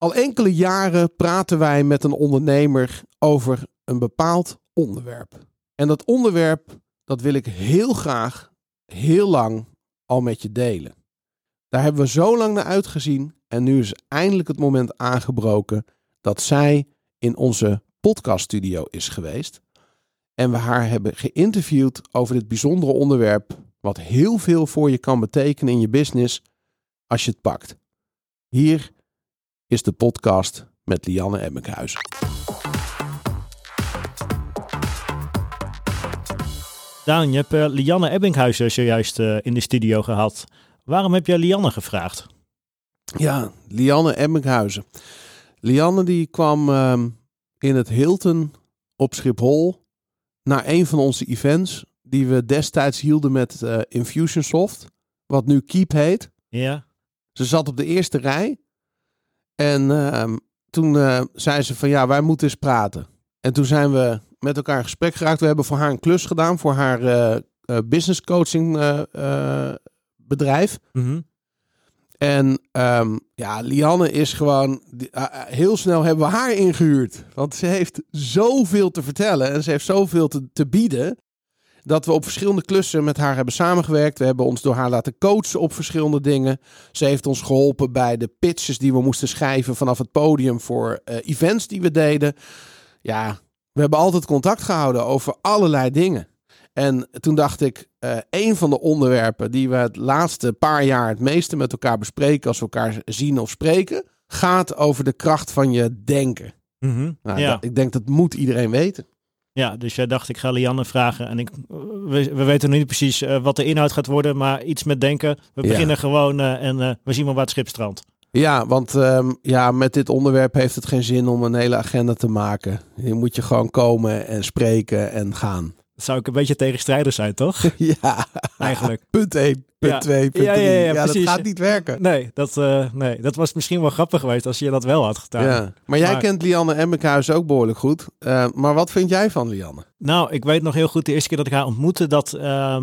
Al enkele jaren praten wij met een ondernemer over een bepaald onderwerp. En dat onderwerp, dat wil ik heel graag, heel lang al met je delen. Daar hebben we zo lang naar uitgezien en nu is eindelijk het moment aangebroken dat zij in onze podcaststudio is geweest. En we haar hebben geïnterviewd over dit bijzondere onderwerp, wat heel veel voor je kan betekenen in je business als je het pakt. Hier is de podcast met Lianne Ebbinghuizen. Daan, je hebt Lianne Ebbinghuizen zojuist in de studio gehad. Waarom heb jij Lianne gevraagd? Ja, Lianne Ebbinghuizen. Lianne die kwam in het Hilton op Schiphol naar een van onze events die we destijds hielden met Infusionsoft, wat nu Keep heet. Ja. Ze zat op de eerste rij en toen zei ze van ja, wij moeten eens praten. En toen zijn we met elkaar in gesprek geraakt. We hebben voor haar een klus gedaan voor haar business coaching bedrijf. Mm-hmm. En Lianne is gewoon... heel snel hebben we haar ingehuurd. Want ze heeft zoveel te vertellen. En ze heeft zoveel te bieden. Dat we op verschillende klussen met haar hebben samengewerkt. We hebben ons door haar laten coachen op verschillende dingen. Ze heeft ons geholpen bij de pitches die we moesten schrijven vanaf het podium voor events die we deden. Ja, we hebben altijd contact gehouden over allerlei dingen. En toen dacht ik, een van de onderwerpen die we het laatste paar jaar het meeste met elkaar bespreken als we elkaar zien of spreken, gaat over de kracht van je denken. Mm-hmm. Nou, ja. Ik denk dat moet iedereen weten. Ja, dus jij dacht ik ga Lianne vragen en we weten nog niet precies wat de inhoud gaat worden, maar iets met denken. We beginnen gewoon en we zien wel waar het schip strandt. Ja, want met dit onderwerp heeft het geen zin om een hele agenda te maken. Je moet je gewoon komen en spreken en gaan. Dat zou ik een beetje tegenstrijdig zijn, toch? Ja, eigenlijk. Punt 1, punt 2, punt 3. Ja, dat gaat niet werken. Nee, dat was misschien wel grappig geweest als je dat wel had gedaan. Ja. Maar jij kent Lianne Ebbinghuizen ook behoorlijk goed. Maar wat vind jij van Lianne? Nou, ik weet nog heel goed de eerste keer dat ik haar ontmoette dat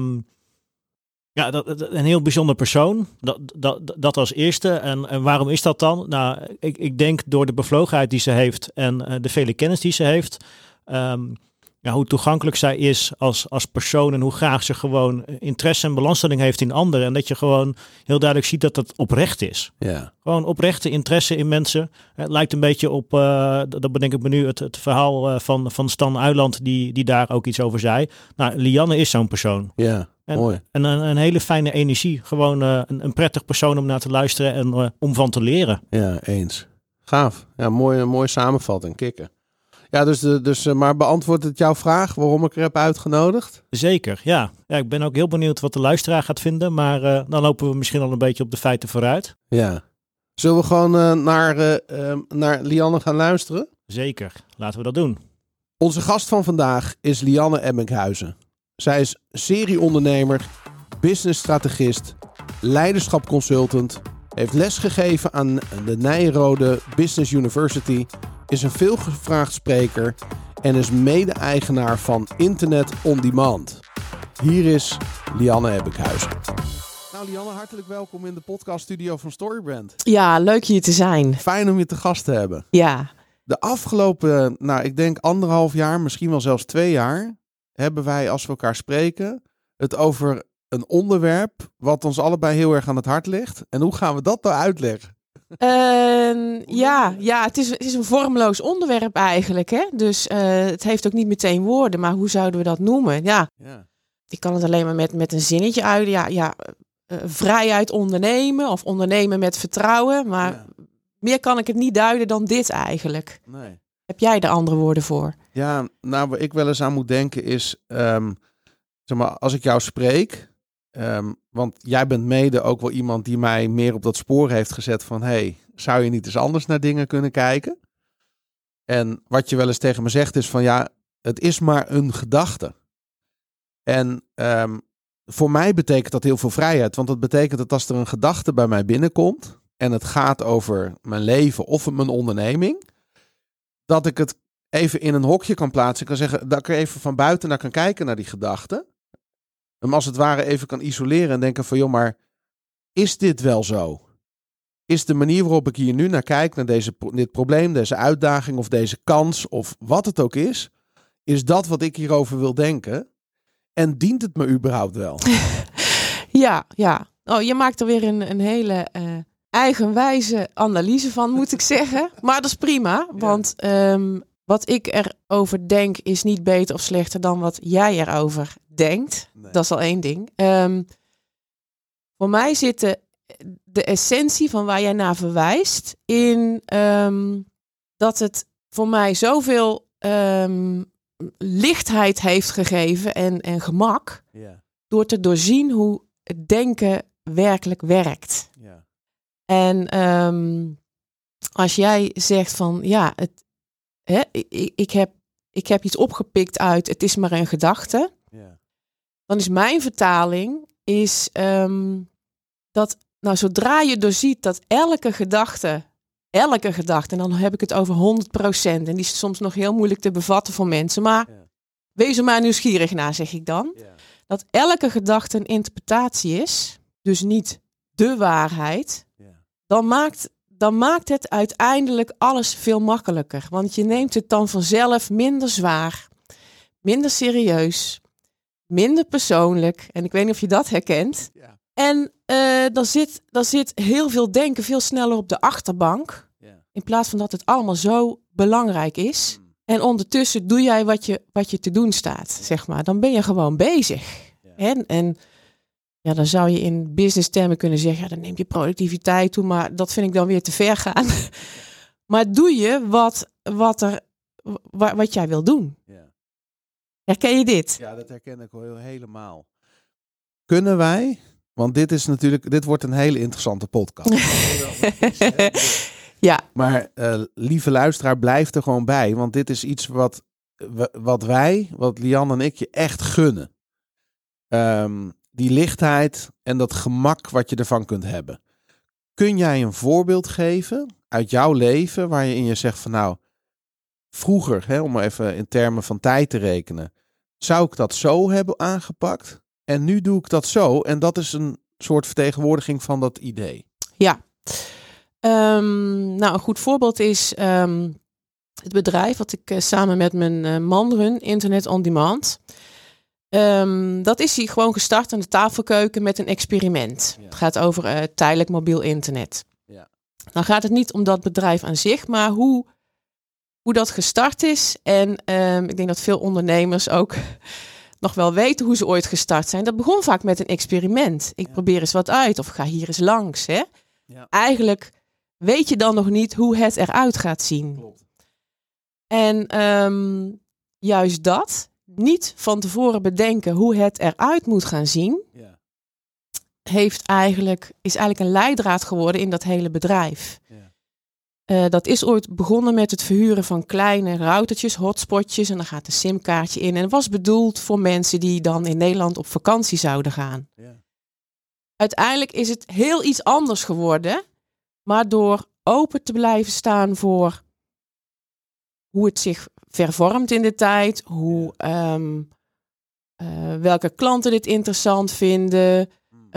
een heel bijzonder persoon. Dat als eerste. En waarom is dat dan? Nou, ik denk door de bevlogenheid die ze heeft en de vele kennis die ze heeft. Hoe toegankelijk zij is als persoon en hoe graag ze gewoon interesse en belangstelling heeft in anderen. En dat je gewoon heel duidelijk ziet dat het oprecht is. Ja. Gewoon oprechte interesse in mensen. Het lijkt een beetje op, dat bedenk ik me nu, het verhaal van Stan Uyland die daar ook iets over zei. Nou, Lianne is zo'n persoon. Ja, mooi. En een hele fijne energie. Gewoon een prettig persoon om naar te luisteren en om van te leren. Ja, eens. Gaaf. Ja, mooie samenvatting. Kikken. Ja, dus maar beantwoordt het jouw vraag waarom ik er heb uitgenodigd? Zeker, ja. Ik ben ook heel benieuwd wat de luisteraar gaat vinden, maar dan lopen we misschien al een beetje op de feiten vooruit. Ja. Zullen we gewoon naar Lianne gaan luisteren? Zeker, laten we dat doen. Onze gast van vandaag is Lianne Ebbinghuizen. Zij is serieondernemer, businessstrategist, leiderschapconsultant, heeft lesgegeven aan de Nijrode Business University, is een veelgevraagd spreker en is mede-eigenaar van Internet On Demand. Hier is Lianne Ebbinghuizen. Nou Lianne, hartelijk welkom in de podcaststudio van Storybrand. Ja, leuk hier te zijn. Fijn om je te gast te hebben. Ja. De afgelopen, ik denk 1,5 jaar, misschien wel zelfs 2 jaar, hebben wij als we elkaar spreken het over een onderwerp wat ons allebei heel erg aan het hart ligt. En hoe gaan we dat nou uitleggen? Het is een vormloos onderwerp eigenlijk. Hè? Dus het heeft ook niet meteen woorden. Maar hoe zouden we dat noemen? Ja. Ik kan het alleen maar met een zinnetje uiten. Vrijheid ondernemen of ondernemen met vertrouwen. Maar meer kan ik het niet duiden dan dit eigenlijk. Nee. Heb jij er andere woorden voor? Ja, nou waar ik wel eens aan moet denken is, als ik jou spreek, want jij bent mede ook wel iemand die mij meer op dat spoor heeft gezet van, zou je niet eens anders naar dingen kunnen kijken? En wat je wel eens tegen me zegt is van, het is maar een gedachte. En voor mij betekent dat heel veel vrijheid, want dat betekent dat als er een gedachte bij mij binnenkomt en het gaat over mijn leven of mijn onderneming, dat ik het even in een hokje kan plaatsen. Ik kan zeggen dat ik er even van buiten naar kan kijken naar die gedachte. Hem als het ware even kan isoleren en denken van, maar is dit wel zo? is de manier waarop ik hier nu naar kijk, naar dit probleem, deze uitdaging of deze kans of wat het ook is dat wat ik hierover wil denken? En dient het me überhaupt wel? Ja. Oh, je maakt er weer een hele eigenwijze analyse van, moet ik zeggen. Maar dat is prima, want wat ik erover denk is niet beter of slechter dan wat jij erover denkt. Nee. Dat is al één ding. Voor mij zit de essentie van waar jij naar verwijst in dat het voor mij zoveel lichtheid heeft gegeven en gemak door te doorzien hoe het denken werkelijk werkt. Ja. En als jij zegt van ik heb iets opgepikt uit het is maar een gedachte, dan is mijn vertaling dat zodra je doorziet dat elke gedachte, en dan heb ik het over 100%, en die is soms nog heel moeilijk te bevatten voor mensen, maar wees er maar nieuwsgierig naar, zeg ik dan. Ja. Dat elke gedachte een interpretatie is, dus niet de waarheid, dan maakt het uiteindelijk alles veel makkelijker. Want je neemt het dan vanzelf minder zwaar, minder serieus, minder persoonlijk. En ik weet niet of je dat herkent. Ja. En dan zit heel veel denken veel sneller op de achterbank. Ja. In plaats van dat het allemaal zo belangrijk is. En ondertussen doe jij wat je te doen staat, zeg maar. Dan ben je gewoon bezig. Ja. En dan zou je in business termen kunnen zeggen, dan neem je productiviteit toe, maar dat vind ik dan weer te ver gaan. Ja. Maar doe je wat jij wil doen. Ja. Herken je dit? Ja, dat herken ik wel helemaal. Kunnen wij, want dit wordt een hele interessante podcast. Ja. Maar lieve luisteraar, blijf er gewoon bij. Want dit is iets wat Lianne en ik je echt gunnen. Die lichtheid en dat gemak wat je ervan kunt hebben. Kun jij een voorbeeld geven uit jouw leven waarin je zegt van vroeger, om even in termen van tijd te rekenen, zou ik dat zo hebben aangepakt en nu doe ik dat zo. En dat is een soort vertegenwoordiging van dat idee. Ja. Een goed voorbeeld is het bedrijf wat ik samen met mijn man run, Internet on Demand. Dat is hij gewoon gestart aan de tafelkeuken met een experiment. Ja. Het gaat over tijdelijk mobiel internet. Ja. Dan gaat het niet om dat bedrijf aan zich, maar hoe dat gestart is. En ik denk dat veel ondernemers ook nog wel weten hoe ze ooit gestart zijn. Dat begon vaak met een experiment. Ik probeer eens wat uit of ga hier eens langs. Hè? Ja. Eigenlijk weet je dan nog niet hoe het eruit gaat zien. Klopt. En juist dat, niet van tevoren bedenken hoe het eruit moet gaan zien, is eigenlijk een leidraad geworden in dat hele bedrijf. Ja. Dat is ooit begonnen met het verhuren van kleine routertjes, hotspotjes, en dan gaat een simkaartje in. En het was bedoeld voor mensen die dan in Nederland op vakantie zouden gaan. Ja. Uiteindelijk is het heel iets anders geworden, maar door open te blijven staan voor hoe het zich vervormt in de tijd, welke klanten dit interessant vinden,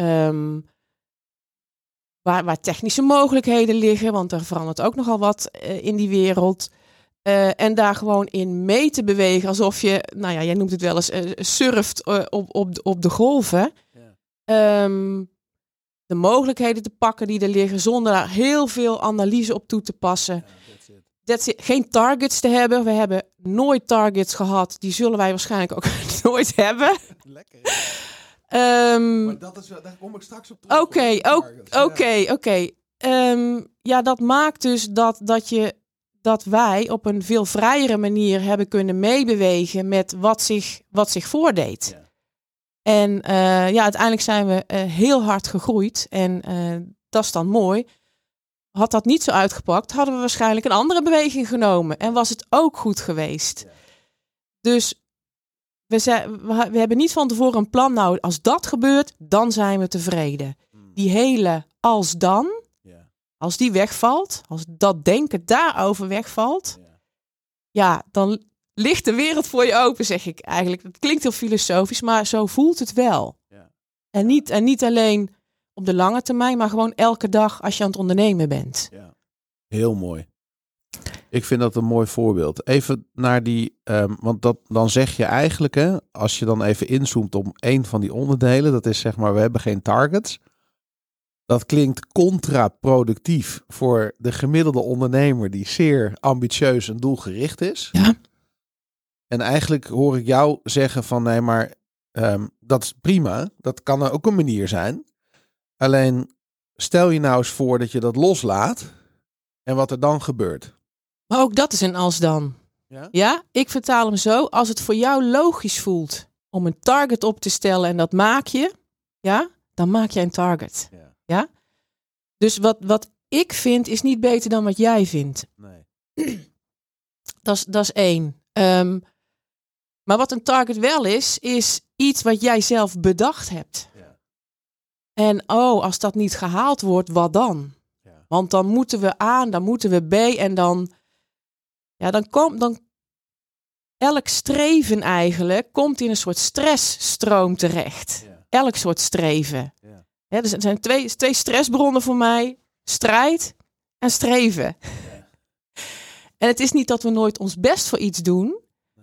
waar technische mogelijkheden liggen, want er verandert ook nogal wat in die wereld. En daar gewoon in mee te bewegen, alsof je, jij noemt het wel eens, surft op de golven. Ja. De mogelijkheden te pakken die er liggen, zonder daar heel veel analyse op toe te passen. Ja, geen targets te hebben. We hebben nooit targets gehad. Die zullen wij waarschijnlijk ook nooit hebben. Lekker. Maar daar kom ik straks op terug. Oké. Dat maakt dus dat wij op een veel vrijere manier hebben kunnen meebewegen met wat zich voordeed. Ja. En uiteindelijk zijn we heel hard gegroeid. En dat is dan mooi. Had dat niet zo uitgepakt, hadden we waarschijnlijk een andere beweging genomen. En was het ook goed geweest. Ja. Dus we hebben niet van tevoren een plan. Als dat gebeurt, dan zijn we tevreden. Die hele als dan, als die wegvalt, als dat denken daarover wegvalt, dan ligt de wereld voor je open, zeg ik eigenlijk. Het klinkt heel filosofisch, maar zo voelt het wel. Ja. En niet alleen op de lange termijn, maar gewoon elke dag als je aan het ondernemen bent. Ja. Heel mooi. Ik vind dat een mooi voorbeeld. Even naar die, want dan zeg je eigenlijk, hè, als je dan even inzoomt op een van die onderdelen, dat is zeg maar, we hebben geen targets. Dat klinkt contraproductief voor de gemiddelde ondernemer die zeer ambitieus en doelgericht is. Ja. En eigenlijk hoor ik jou zeggen van nee, maar dat is prima. Dat kan ook een manier zijn. Alleen stel je nou eens voor dat je dat loslaat en wat er dan gebeurt. Maar ook dat is een als dan. Ja, ik vertaal hem zo. Als het voor jou logisch voelt om een target op te stellen en dat maak je, ja, dan maak je een target. Ja? Dus wat ik vind is niet beter dan wat jij vindt. Nee. Dat is 1. Maar wat een target wel is iets wat jij zelf bedacht hebt. Ja. En als dat niet gehaald wordt, wat dan? Ja. Want dan moeten we A, dan moeten we B en dan elk streven eigenlijk komt in een soort stressstroom terecht. Ja. Elk soort streven. Ja. Ja, er zijn twee stressbronnen voor mij. Strijd en streven. Ja. En het is niet dat we nooit ons best voor iets doen.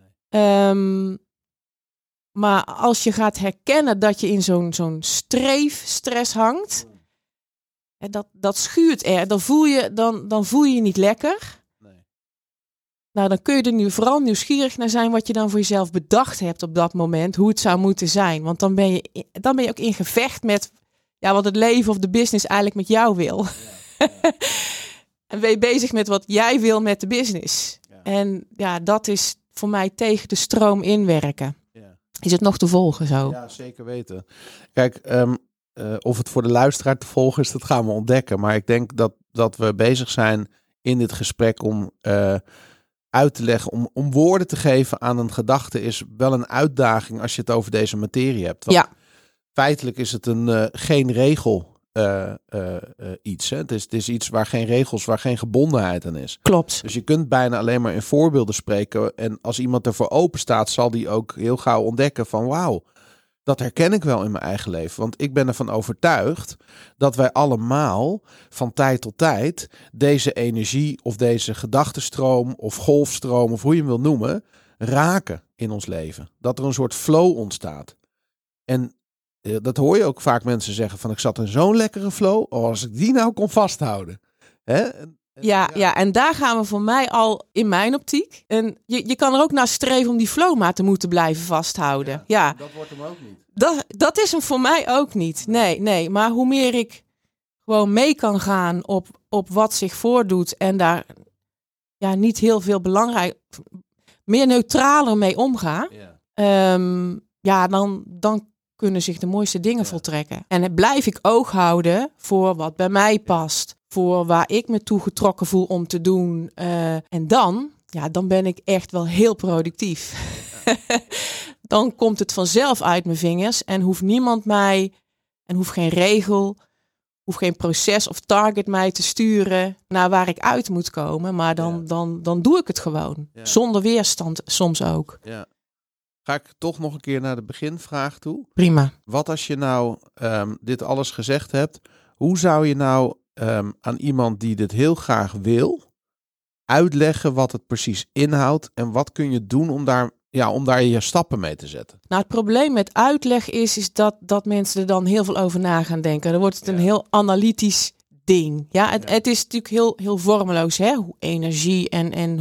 Nee. Maar als je gaat herkennen dat je in zo'n streefstress hangt. Dat schuurt er. Dan voel je je niet lekker. Nou, dan kun je er nu vooral nieuwsgierig naar zijn wat je dan voor jezelf bedacht hebt op dat moment, hoe het zou moeten zijn. Want dan ben je ook in gevecht met wat het leven of de business eigenlijk met jou wil. Ja. En ben je bezig met wat jij wil met de business. Ja. En dat is voor mij tegen de stroom inwerken. Ja. Is het nog te volgen zo? Ja, zeker weten. Kijk, of het voor de luisteraar te volgen is, dat gaan we ontdekken. Maar ik denk dat we bezig zijn in dit gesprek om uit te leggen, om woorden te geven aan een gedachte is wel een uitdaging als je het over deze materie hebt. Want feitelijk is het geen regel iets. Hè? Het is iets waar geen regels, waar geen gebondenheid aan is. Klopt. Dus je kunt bijna alleen maar in voorbeelden spreken. En als iemand ervoor open staat, zal die ook heel gauw ontdekken van wauw, dat herken ik wel in mijn eigen leven. Want ik ben ervan overtuigd dat wij allemaal van tijd tot tijd deze energie of deze gedachtenstroom of golfstroom of hoe je hem wil noemen, raken in ons leven. Dat er een soort flow ontstaat. En dat hoor je ook vaak mensen zeggen van ik zat in zo'n lekkere flow. Als ik die nou kon vasthouden. Hè? Ja, en daar gaan we voor mij al in mijn optiek. En je kan er ook naar streven om die flow maar te moeten blijven vasthouden. Ja. Dat wordt hem ook niet. Dat is hem voor mij ook niet. Nee. Maar hoe meer ik gewoon mee kan gaan op wat zich voordoet en daar niet heel veel belangrijk, meer neutraler mee omga, dan kunnen zich de mooiste dingen voltrekken. En dan blijf ik oog houden voor wat bij mij past. Voor waar ik me toe getrokken voel om te doen. En dan ben ik echt wel heel productief. Ja. Dan komt het vanzelf uit mijn vingers. En hoeft niemand mij, en hoeft geen regel, hoeft geen proces of target mij te sturen naar waar ik uit moet komen. Maar dan doe ik het gewoon. Ja. Zonder weerstand soms ook. Ja. Ga ik toch nog een keer naar de beginvraag toe. Prima. Wat als je nou dit alles gezegd hebt, hoe zou je nou aan iemand die dit heel graag wil, uitleggen wat het precies inhoudt en wat kun je doen om daar je stappen mee te zetten? Nou, het probleem met uitleg is dat mensen er dan heel veel over na gaan denken. Dan wordt het een heel analytisch ding. Ja, het is natuurlijk heel, heel vormeloos, hè? Hoe energie en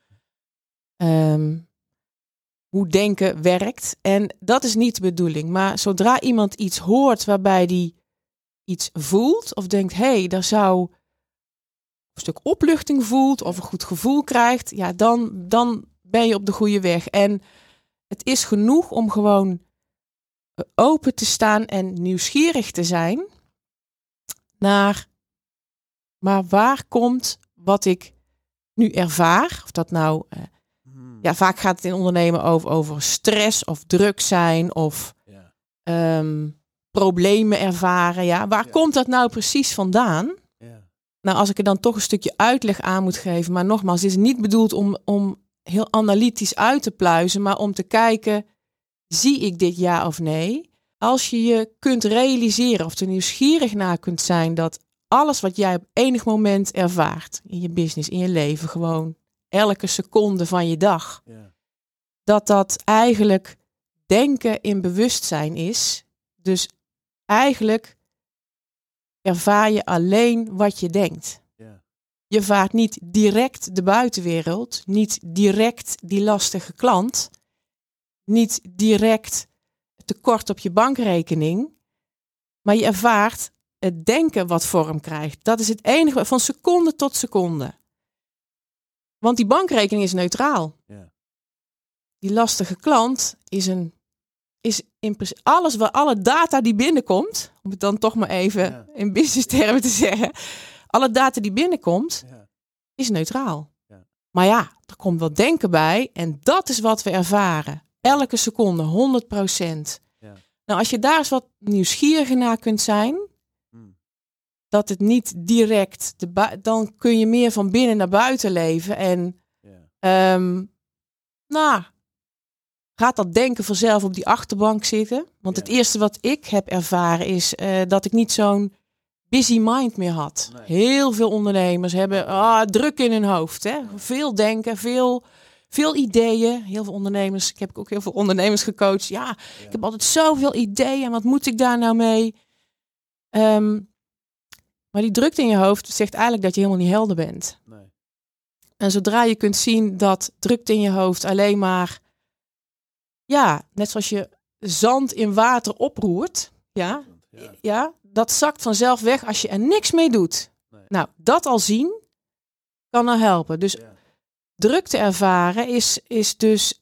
hoe denken werkt. En dat is niet de bedoeling. Maar zodra iemand iets hoort waarbij die iets voelt of denkt, daar zou een stuk opluchting voelt of een goed gevoel krijgt, dan ben je op de goede weg. En het is genoeg om gewoon open te staan en nieuwsgierig te zijn naar, maar waar komt wat ik nu ervaar? Of dat nou, vaak gaat het in ondernemen over stress of druk zijn of problemen ervaren. Ja, waar komt dat nou precies vandaan? Ja. Nou, als ik er dan toch een stukje uitleg aan moet geven, maar nogmaals, het is niet bedoeld om heel analytisch uit te pluizen, maar om te kijken, zie ik dit ja of nee? als je je kunt realiseren of er nieuwsgierig naar kunt zijn dat alles wat jij op enig moment ervaart in je business, in je leven, gewoon elke seconde van je dag, dat eigenlijk denken in bewustzijn is. Dus eigenlijk ervaar je alleen wat je denkt. Je ervaart niet direct de buitenwereld, niet direct die lastige klant, niet direct tekort op je bankrekening, maar je ervaart het denken wat vorm krijgt. Dat is het enige, van seconde tot seconde. Want die bankrekening is neutraal. Ja. Die lastige klant is in principe alle data die binnenkomt, om het dan toch maar even in business termen te zeggen, alle data die binnenkomt, is neutraal. Ja. Maar ja, er komt wel denken bij en dat is wat we ervaren. Elke seconde, 100%. Ja. Nou, als je daar eens wat nieuwsgieriger naar kunt zijn, dat het niet direct, dan kun je meer van binnen naar buiten leven. En gaat dat denken vanzelf op die achterbank zitten. Want het eerste wat ik heb ervaren is dat ik niet zo'n busy mind meer had. Nee. Heel veel ondernemers hebben druk in hun hoofd. Hè? Veel denken, veel ideeën. Heel veel ondernemers. Ik heb ook heel veel ondernemers gecoacht. Ja, ik heb altijd zoveel ideeën. Wat moet ik daar nou mee? Maar die drukte in je hoofd zegt eigenlijk dat je helemaal niet helder bent. Nee. En zodra je kunt zien dat drukte in je hoofd alleen maar, net zoals je zand in water oproert, dat zakt vanzelf weg als je er niks mee doet. Nee. Nou, dat al zien kan er helpen. Dus drukte ervaren is dus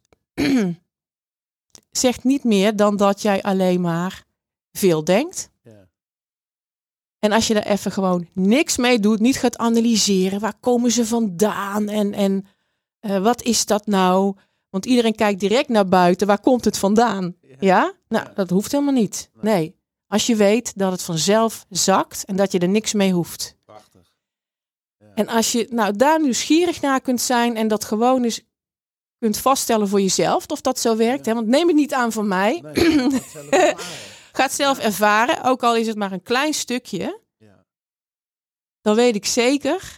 zegt niet meer dan dat jij alleen maar veel denkt. Ja. En als je er even gewoon niks mee doet, niet gaat analyseren, waar komen ze vandaan en wat is dat nou? Want iedereen kijkt direct naar buiten, waar komt het vandaan? Ja? Nou, dat hoeft helemaal niet. Nee. Als je weet dat het vanzelf zakt en dat je er niks mee hoeft. Prachtig. Ja. En als je daar nieuwsgierig naar kunt zijn en dat gewoon eens kunt vaststellen voor jezelf of dat zo werkt. Hè? Want neem het niet aan van mij. Nee, ga het zelf ervaren, ook al is het maar een klein stukje. Ja. Dan weet ik zeker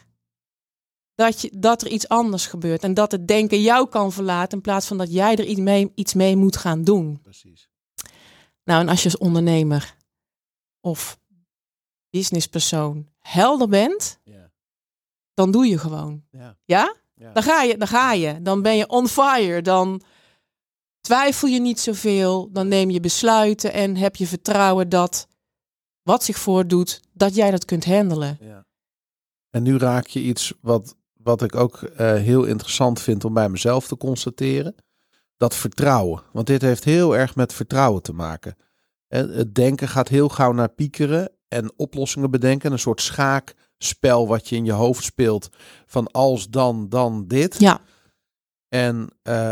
dat er iets anders gebeurt. En dat het denken jou kan verlaten in plaats van dat jij er iets mee moet gaan doen. Precies. Nou, en als je als ondernemer of businesspersoon helder bent, dan doe je gewoon. Ja? Ja. Dan ga je. Dan ben je on fire. Dan twijfel je niet zoveel. Dan neem je besluiten en heb je vertrouwen dat wat zich voordoet, dat jij dat kunt handelen. Ja. En nu raak je iets wat ik ook heel interessant vind om bij mezelf te constateren. Dat vertrouwen. Want dit heeft heel erg met vertrouwen te maken. Het denken gaat heel gauw naar piekeren en oplossingen bedenken. Een soort schaakspel wat je in je hoofd speelt van als dan dit. Ja. En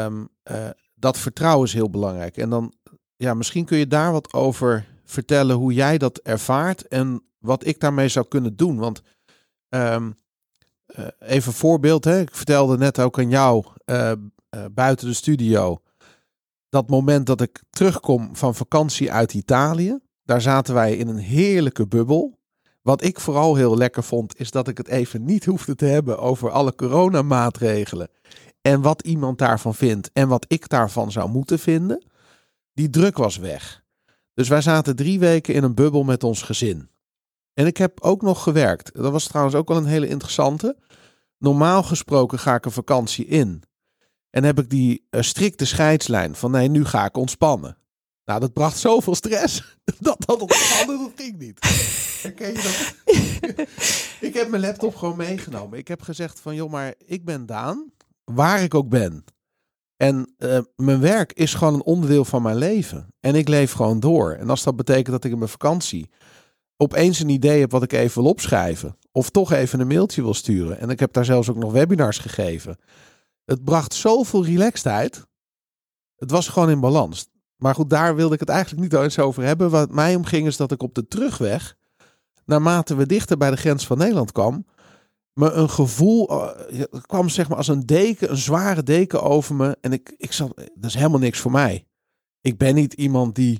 dat vertrouwen is heel belangrijk. En dan, misschien kun je daar wat over vertellen hoe jij dat ervaart en wat ik daarmee zou kunnen doen. Want even een voorbeeld. Hè? Ik vertelde net ook aan jou buiten de studio. Dat moment dat ik terugkom van vakantie uit Italië. Daar zaten wij in een heerlijke bubbel. Wat ik vooral heel lekker vond, is dat ik het even niet hoefde te hebben over alle coronamaatregelen. En wat iemand daarvan vindt en wat ik daarvan zou moeten vinden. Die druk was weg. Dus wij zaten 3 weken in een bubbel met ons gezin. En ik heb ook nog gewerkt. Dat was trouwens ook wel een hele interessante. Normaal gesproken ga ik een vakantie in. En heb ik die strikte scheidslijn van nee, nu ga ik ontspannen. Nou, dat bracht zoveel stress. Dat ontspannen, dat ging niet. Herken je dat? Ik heb mijn laptop gewoon meegenomen. Ik heb gezegd van joh, maar ik ben Daan. Waar ik ook ben. En mijn werk is gewoon een onderdeel van mijn leven. En ik leef gewoon door. En als dat betekent dat ik in mijn vakantie opeens een idee heb wat ik even wil opschrijven. Of toch even een mailtje wil sturen. En ik heb daar zelfs ook nog webinars gegeven. Het bracht zoveel relaxedheid. Het was gewoon in balans. Maar goed, daar wilde ik het eigenlijk niet eens over hebben. Wat mij omging is dat ik op de terugweg, naarmate we dichter bij de grens van Nederland kwam, me een gevoel, kwam zeg maar als een deken, een zware deken over me. En ik zat, dat is helemaal niks voor mij. Ik ben niet iemand die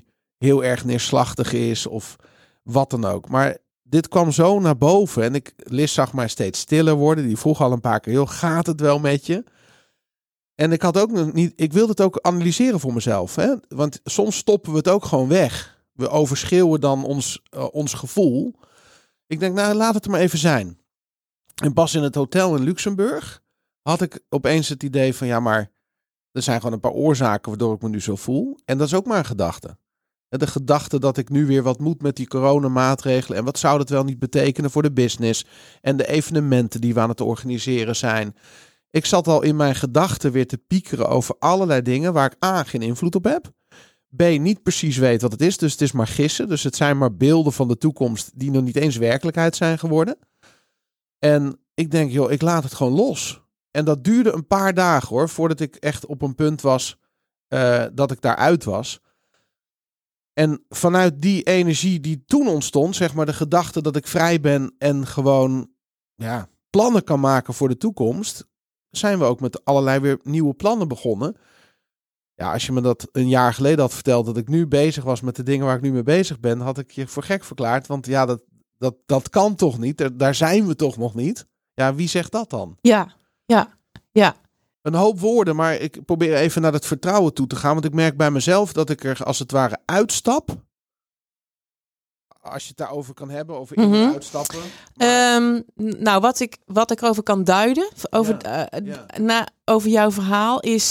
heel erg neerslachtig is of wat dan ook. Maar dit kwam zo naar boven en Liz zag mij steeds stiller worden. Die vroeg al een paar keer, joh, gaat het wel met je? En ik had ook nog niet, ik wilde het ook analyseren voor mezelf. Hè? Want soms stoppen we het ook gewoon weg. We overschreeuwen dan ons gevoel. Ik denk, nou, laat het er maar even zijn. En pas in het hotel in Luxemburg had ik opeens het idee van, ja, maar er zijn gewoon een paar oorzaken waardoor ik me nu zo voel. En dat is ook maar een gedachte. De gedachte dat ik nu weer wat moet met die coronamaatregelen. En wat zou dat wel niet betekenen voor de business en de evenementen die we aan het organiseren zijn. Ik zat al in mijn gedachten weer te piekeren over allerlei dingen waar ik A, geen invloed op heb. B, niet precies weet wat het is. Dus het is maar gissen. Dus het zijn maar beelden van de toekomst die nog niet eens werkelijkheid zijn geworden. En ik denk, joh, ik laat het gewoon los. En dat duurde een paar dagen hoor, voordat ik echt op een punt was dat ik daaruit was. En vanuit die energie die toen ontstond, zeg maar de gedachte dat ik vrij ben en gewoon plannen kan maken voor de toekomst, zijn we ook met allerlei weer nieuwe plannen begonnen. Ja, als je me dat een jaar geleden had verteld dat ik nu bezig was met de dingen waar ik nu mee bezig ben, had ik je voor gek verklaard. Want ja, dat kan toch niet? Daar zijn we toch nog niet? Ja, wie zegt dat dan? Ja. Een hoop woorden, maar ik probeer even naar het vertrouwen toe te gaan. Want ik merk bij mezelf dat ik er als het ware uitstap. Als je het daarover kan hebben, over uitstappen. Nou, wat ik erover kan duiden, over jouw verhaal, is...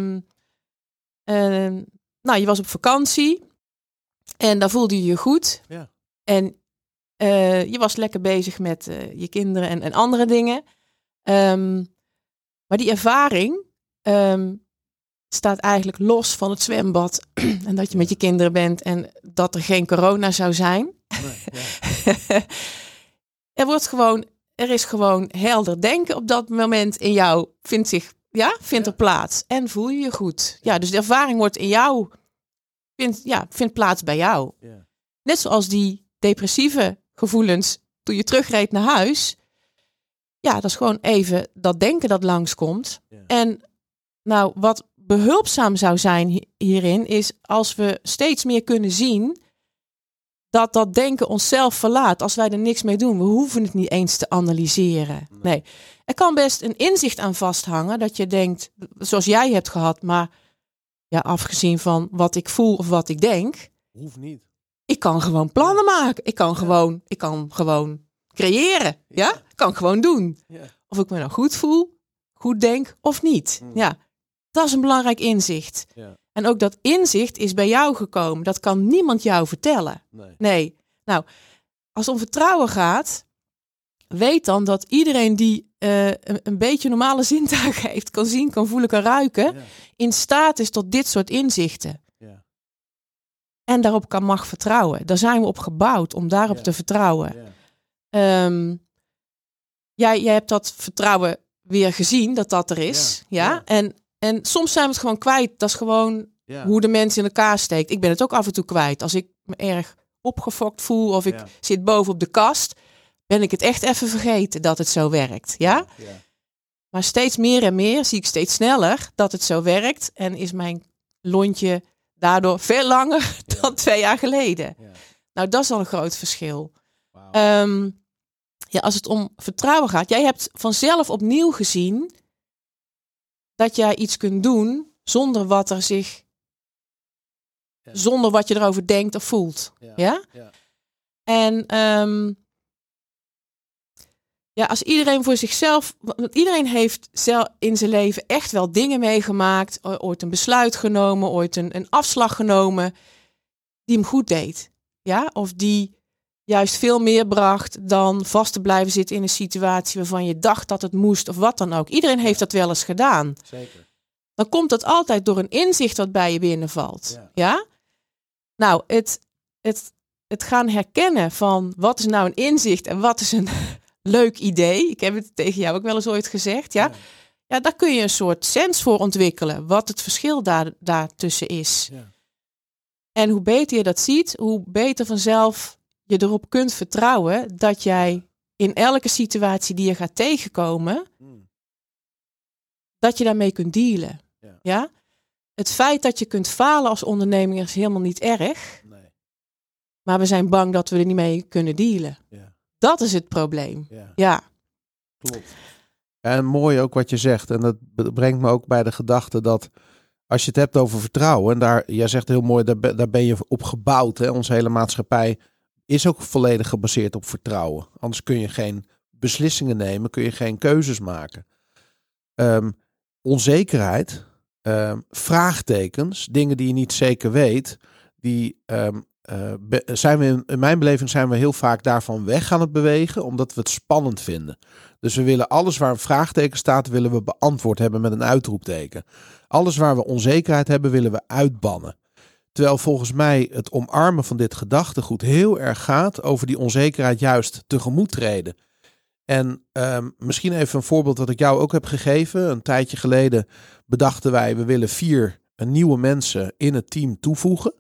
je was op vakantie en daar voelde je je goed. Ja. En je was lekker bezig met je kinderen en andere dingen. Maar die ervaring staat eigenlijk los van het zwembad. En dat je met je kinderen bent en dat er geen corona zou zijn. Nee, er is gewoon helder denken op dat moment in jou. Vindt er plaats. En voel je je goed. Ja, dus de ervaring wordt in jou. Vindt plaats bij jou. Ja. Net zoals die depressieve gevoelens toen je terugreed naar huis. Ja, dat is gewoon even dat denken dat langskomt. Ja. En nou, wat behulpzaam zou zijn hierin is als we steeds meer kunnen zien dat denken onszelf verlaat als wij er niks mee doen. We hoeven het niet eens te analyseren. Nee. Er kan best een inzicht aan vasthangen dat je denkt, zoals jij hebt gehad, maar ja, afgezien van wat ik voel of wat ik denk. Hoeft niet. Ik kan gewoon plannen maken. Ik kan gewoon creëren. Ja? Ik kan gewoon doen. Ja. Of ik me nou goed voel, goed denk of niet. Ja, dat is een belangrijk inzicht. Ja. En ook dat inzicht is bij jou gekomen. Dat kan niemand jou vertellen. Nee. Nou, als het om vertrouwen gaat, weet dan dat iedereen die een beetje normale zintuigen heeft, kan zien, kan voelen, kan ruiken, in staat is tot dit soort inzichten. Ja. En daarop mag vertrouwen. Daar zijn we op gebouwd om daarop te vertrouwen. Ja. Jij hebt dat vertrouwen weer gezien, dat er is. Ja? En soms zijn we het gewoon kwijt. Dat is gewoon hoe de mens in elkaar steekt. Ik ben het ook af en toe kwijt. Als ik me erg opgefokt voel of ik zit boven op de kast, ben ik het echt even vergeten dat het zo werkt. Ja? Maar steeds meer en meer zie ik steeds sneller dat het zo werkt. En is mijn lontje daardoor veel langer dan 2 jaar geleden. Ja. Nou, dat is al een groot verschil. Wow. Als het om vertrouwen gaat. Jij hebt vanzelf opnieuw gezien dat jij iets kunt doen zonder wat je erover denkt of voelt. Ja? En als iedereen voor zichzelf, want iedereen heeft in zijn leven echt wel dingen meegemaakt, ooit een besluit genomen, ooit een afslag genomen die hem goed deed. Ja? Of die juist veel meer bracht dan vast te blijven zitten in een situatie waarvan je dacht dat het moest of wat dan ook. Iedereen heeft dat wel eens gedaan. Zeker. Dan komt dat altijd door een inzicht wat bij je binnenvalt. Ja? Nou, het gaan herkennen van wat is nou een inzicht en wat is een leuk idee. Ik heb het tegen jou ook wel eens ooit gezegd. Ja, daar kun je een soort sens voor ontwikkelen. Wat het verschil daartussen is. Ja. En hoe beter je dat ziet, hoe beter vanzelf je erop kunt vertrouwen dat jij in elke situatie die je gaat tegenkomen, dat je daarmee kunt dealen. Ja? Het feit dat je kunt falen als ondernemer is helemaal niet erg. Nee. Maar we zijn bang dat we er niet mee kunnen dealen. Ja. Dat is het probleem. Ja. Klopt. En mooi ook wat je zegt. En dat brengt me ook bij de gedachte dat als je het hebt over vertrouwen. En jij zegt heel mooi, daar ben je op gebouwd. Hè? Onze hele maatschappij is ook volledig gebaseerd op vertrouwen. Anders kun je geen beslissingen nemen. Kun je geen keuzes maken. Onzekerheid. Vraagtekens. Dingen die je niet zeker weet. Die zijn we in mijn beleving zijn we heel vaak daarvan weg aan het bewegen. Omdat we het spannend vinden. Dus we willen alles waar een vraagteken staat, willen we beantwoord hebben met een uitroepteken. Alles waar we onzekerheid hebben, willen we uitbannen. Terwijl volgens mij het omarmen van dit gedachtegoed heel erg gaat over die onzekerheid juist tegemoet treden. En misschien even een voorbeeld wat ik jou ook heb gegeven. Een tijdje geleden bedachten wij, we willen 4 nieuwe mensen in het team toevoegen.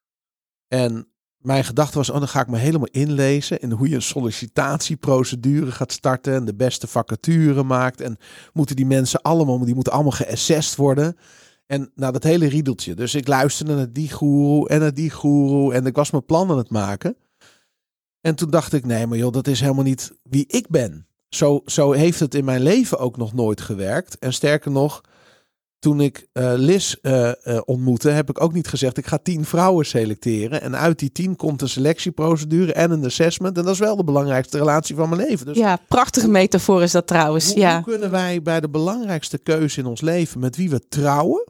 En mijn gedachte was, dan ga ik me helemaal inlezen in hoe je een sollicitatieprocedure gaat starten en de beste vacature maakt. En moeten die mensen die moeten allemaal geassessed worden. En nou, dat hele riedeltje. Dus ik luisterde naar die goeroe en naar die goeroe en ik was mijn plan aan het maken. En toen dacht ik, nee maar joh, dat is helemaal niet wie ik ben. Zo heeft het in mijn leven ook nog nooit gewerkt. En sterker nog, toen ik Liz ontmoette, heb ik ook niet gezegd, ik ga 10 vrouwen selecteren. En uit die 10 komt een selectieprocedure en een assessment. En dat is wel de belangrijkste relatie van mijn leven. Dus ja, prachtige metafoor is dat trouwens. Hoe kunnen wij bij de belangrijkste keuze in ons leven, met wie we trouwen,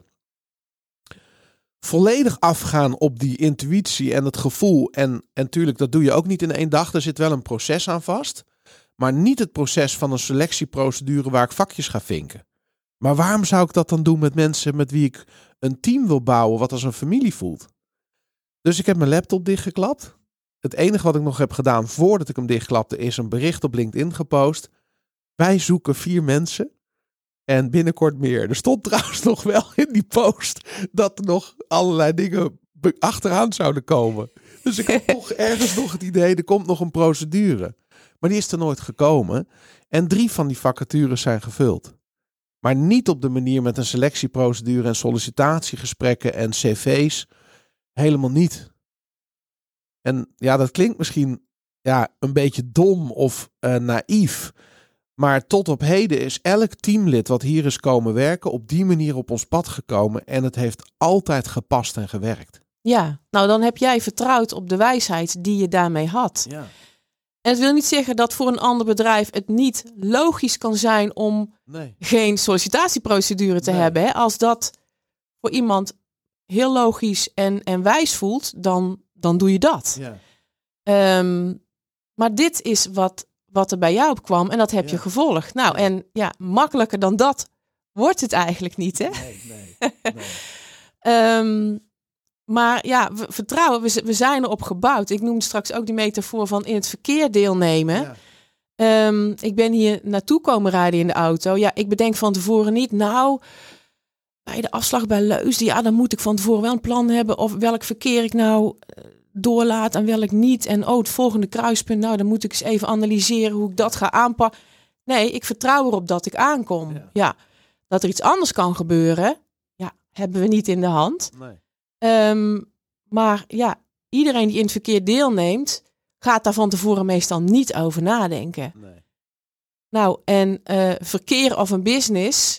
volledig afgaan op die intuïtie en het gevoel. En natuurlijk, dat doe je ook niet in 1 dag. Er zit wel een proces aan vast. Maar niet het proces van een selectieprocedure waar ik vakjes ga vinken. Maar waarom zou ik dat dan doen met mensen met wie ik een team wil bouwen wat als een familie voelt? Dus ik heb mijn laptop dichtgeklapt. Het enige wat ik nog heb gedaan voordat ik hem dichtklapte is een bericht op LinkedIn gepost. Wij zoeken 4 mensen en binnenkort meer. Er stond trouwens nog wel in die post dat er nog allerlei dingen achteraan zouden komen. Dus ik had toch ergens nog het idee, er komt nog een procedure. Maar die is er nooit gekomen. En 3 van die vacatures zijn gevuld. Maar niet op de manier met een selectieprocedure en sollicitatiegesprekken en cv's. Helemaal niet. En ja, dat klinkt misschien een beetje dom of naïef. Maar tot op heden is elk teamlid wat hier is komen werken op die manier op ons pad gekomen. En het heeft altijd gepast en gewerkt. Ja, nou dan heb jij vertrouwd op de wijsheid die je daarmee had. Ja. En het wil niet zeggen dat voor een ander bedrijf het niet logisch kan zijn om geen sollicitatieprocedure te hebben. Hè? Als dat voor iemand heel logisch en wijs voelt, dan doe je dat. Ja. Maar dit is wat er bij jou opkwam en dat heb je gevolgd. Nou, en makkelijker dan dat wordt het eigenlijk niet, hè? Nee. Maar ja, vertrouwen, we zijn erop gebouwd. Ik noemde straks ook die metafoor van in het verkeer deelnemen. Ja. Ik ben hier naartoe komen rijden in de auto. Ja, ik bedenk van tevoren niet, bij de afslag bij Leusden, dan moet ik van tevoren wel een plan hebben of welk verkeer ik nou doorlaat en welk niet. En het volgende kruispunt, dan moet ik eens even analyseren hoe ik dat ga aanpakken. Nee, ik vertrouw erop dat ik aankom. Ja, dat er iets anders kan gebeuren, hebben we niet in de hand. Nee. Maar iedereen die in het verkeer deelneemt, gaat daar van tevoren meestal niet over nadenken. Nee. Nou, en verkeer of een business,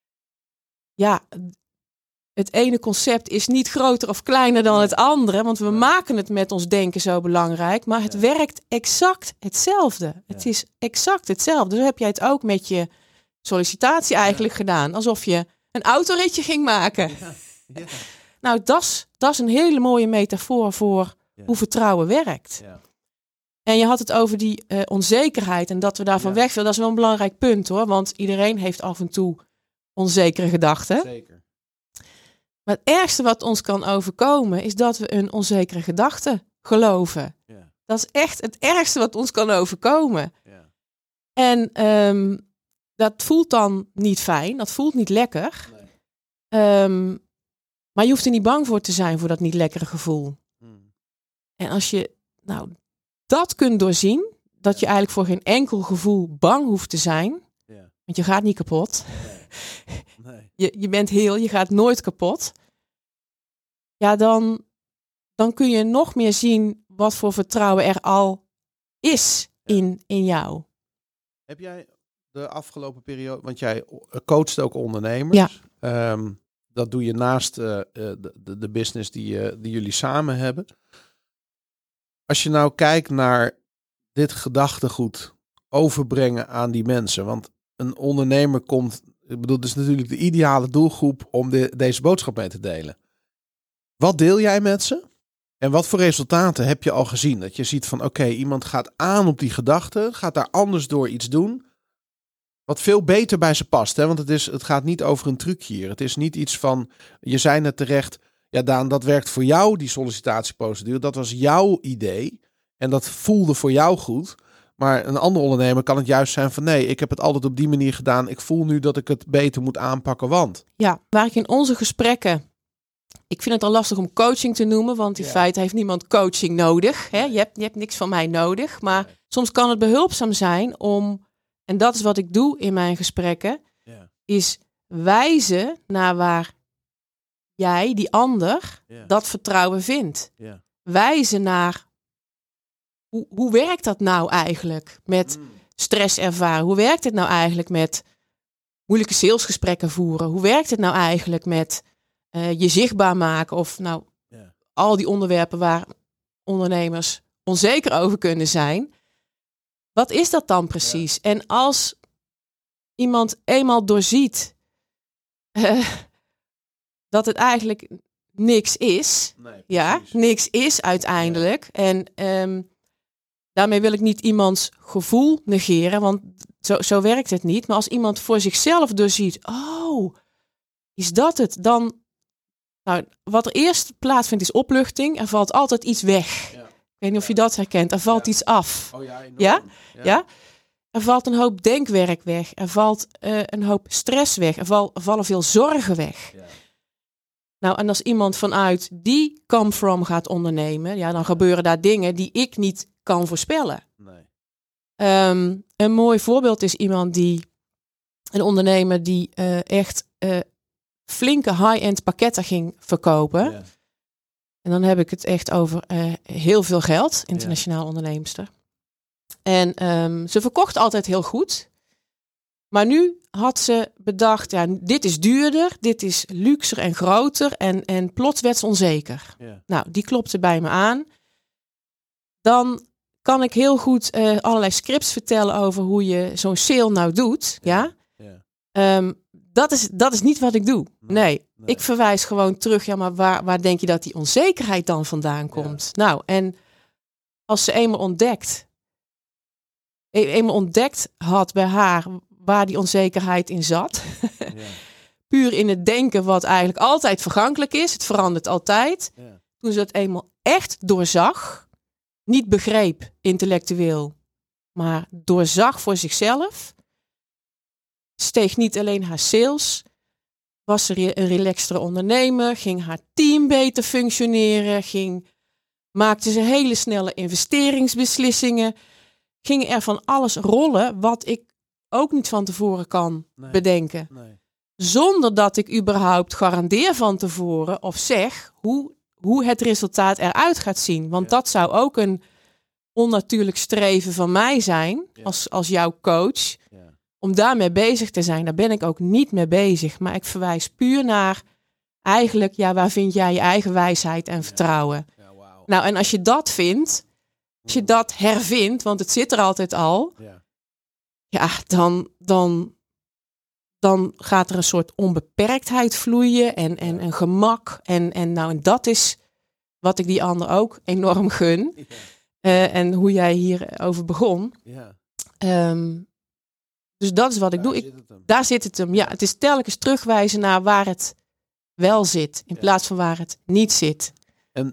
het ene concept is niet groter of kleiner dan het andere, want we maken het met ons denken zo belangrijk, maar het werkt exact hetzelfde. Ja. Het is exact hetzelfde. Dus heb jij het ook met je sollicitatie eigenlijk gedaan, alsof je een autoritje ging maken. Ja. Nou, dat is een hele mooie metafoor voor hoe vertrouwen werkt. Ja. En je had het over die onzekerheid en dat we daarvan weg willen. Dat is wel een belangrijk punt hoor, want iedereen heeft af en toe onzekere gedachten. Zeker. Maar het ergste wat ons kan overkomen is dat we een onzekere gedachte geloven. Ja. Dat is echt het ergste wat ons kan overkomen. Ja. En dat voelt dan niet fijn, dat voelt niet lekker. Nee. Maar je hoeft er niet bang voor te zijn voor dat niet lekkere gevoel. En als je dat kunt doorzien, dat je eigenlijk voor geen enkel gevoel bang hoeft te zijn, want je gaat niet kapot. Nee. Je bent heel, je gaat nooit kapot. Ja, dan kun je nog meer zien wat voor vertrouwen er al is in jou. Heb jij de afgelopen periode, want jij coacht ook ondernemers. Ja. Dat doe je naast de business die jullie samen hebben. Als je nou kijkt naar dit gedachtegoed overbrengen aan die mensen. Want een ondernemer komt, ik bedoel, het is natuurlijk de ideale doelgroep om deze boodschap mee te delen. Wat deel jij met ze? En wat voor resultaten heb je al gezien? Dat je ziet van oké, iemand gaat aan op die gedachte, gaat daar anders door iets doen. Wat veel beter bij ze past. Hè? Want het gaat niet over een truc hier. Het is niet iets van, je zei net terecht, ja Daan, dat werkt voor jou, die sollicitatieprocedure. Dat was jouw idee. En dat voelde voor jou goed. Maar een andere ondernemer kan het juist zijn van nee, ik heb het altijd op die manier gedaan. Ik voel nu dat ik het beter moet aanpakken, want... Ja, waar ik in onze gesprekken... Ik vind het al lastig om coaching te noemen, want in feite heeft niemand coaching nodig. Hè? Je hebt niks van mij nodig. Maar soms kan het behulpzaam zijn om, en dat is wat ik doe in mijn gesprekken, is wijzen naar waar jij, die ander, dat vertrouwen vindt. Wijzen naar, hoe werkt dat nou eigenlijk met stress ervaren? Hoe werkt het nou eigenlijk met moeilijke salesgesprekken voeren? Hoe werkt het nou eigenlijk met je zichtbaar maken of al die onderwerpen waar ondernemers onzeker over kunnen zijn. Wat is dat dan precies? Ja. En als iemand eenmaal doorziet dat het eigenlijk niks is, niks is uiteindelijk. Ja. En daarmee wil ik niet iemands gevoel negeren, want zo werkt het niet. Maar als iemand voor zichzelf doorziet, is dat het? Dan wat er eerst plaatsvindt is opluchting. Er valt altijd iets weg. Ja. Ik weet niet of je dat herkent. Er valt iets af. Oh ja, enorm. Ja? Er valt een hoop denkwerk weg. Er valt een hoop stress weg. Er vallen veel zorgen weg. Ja. En als iemand vanuit die come from gaat ondernemen, dan gebeuren daar dingen die ik niet kan voorspellen. Nee. Een mooi voorbeeld is een ondernemer die echt flinke high-end pakketten ging verkopen. Ja. En dan heb ik het echt over heel veel geld. Internationaal onderneemster. En ze verkocht altijd heel goed. Maar nu had ze bedacht, dit is duurder, dit is luxer en groter. En plots werd ze onzeker. Ja. Nou, die klopte bij me aan. Dan kan ik heel goed allerlei scripts vertellen over hoe je zo'n sale nou doet. Ja. Dat is niet wat ik doe. Nee. Ik verwijs gewoon terug. Ja, maar waar denk je dat die onzekerheid dan vandaan komt? Ja. Nou, en als ze eenmaal ontdekt had bij haar waar die onzekerheid in zat. Ja. Puur in het denken wat eigenlijk altijd vergankelijk is. Het verandert altijd. Ja. Toen ze dat eenmaal echt doorzag. Niet begreep intellectueel. Maar doorzag voor zichzelf. Steeg niet alleen haar sales, was ze een relaxtere ondernemer, ging haar team beter functioneren, maakte ze hele snelle investeringsbeslissingen, ging er van alles rollen wat ik ook niet van tevoren kan bedenken. Nee. Zonder dat ik überhaupt garandeer van tevoren of zeg hoe het resultaat eruit gaat zien. Want dat zou ook een onnatuurlijk streven van mij zijn als jouw coach. Ja. Om daarmee bezig te zijn, daar ben ik ook niet mee bezig. Maar ik verwijs puur naar eigenlijk, waar vind jij je eigen wijsheid en vertrouwen? Ja, wow. Nou, en als je dat vindt, als je dat hervindt, want het zit er altijd al. Dan gaat er een soort onbeperktheid vloeien en een gemak. En dat is wat ik die ander ook enorm gun. Ja. En hoe jij hierover begon. Ja. Dus dat is wat ik doe. Daar zit het hem. Ja, het is telkens terugwijzen naar waar het wel zit. In plaats van waar het niet zit. En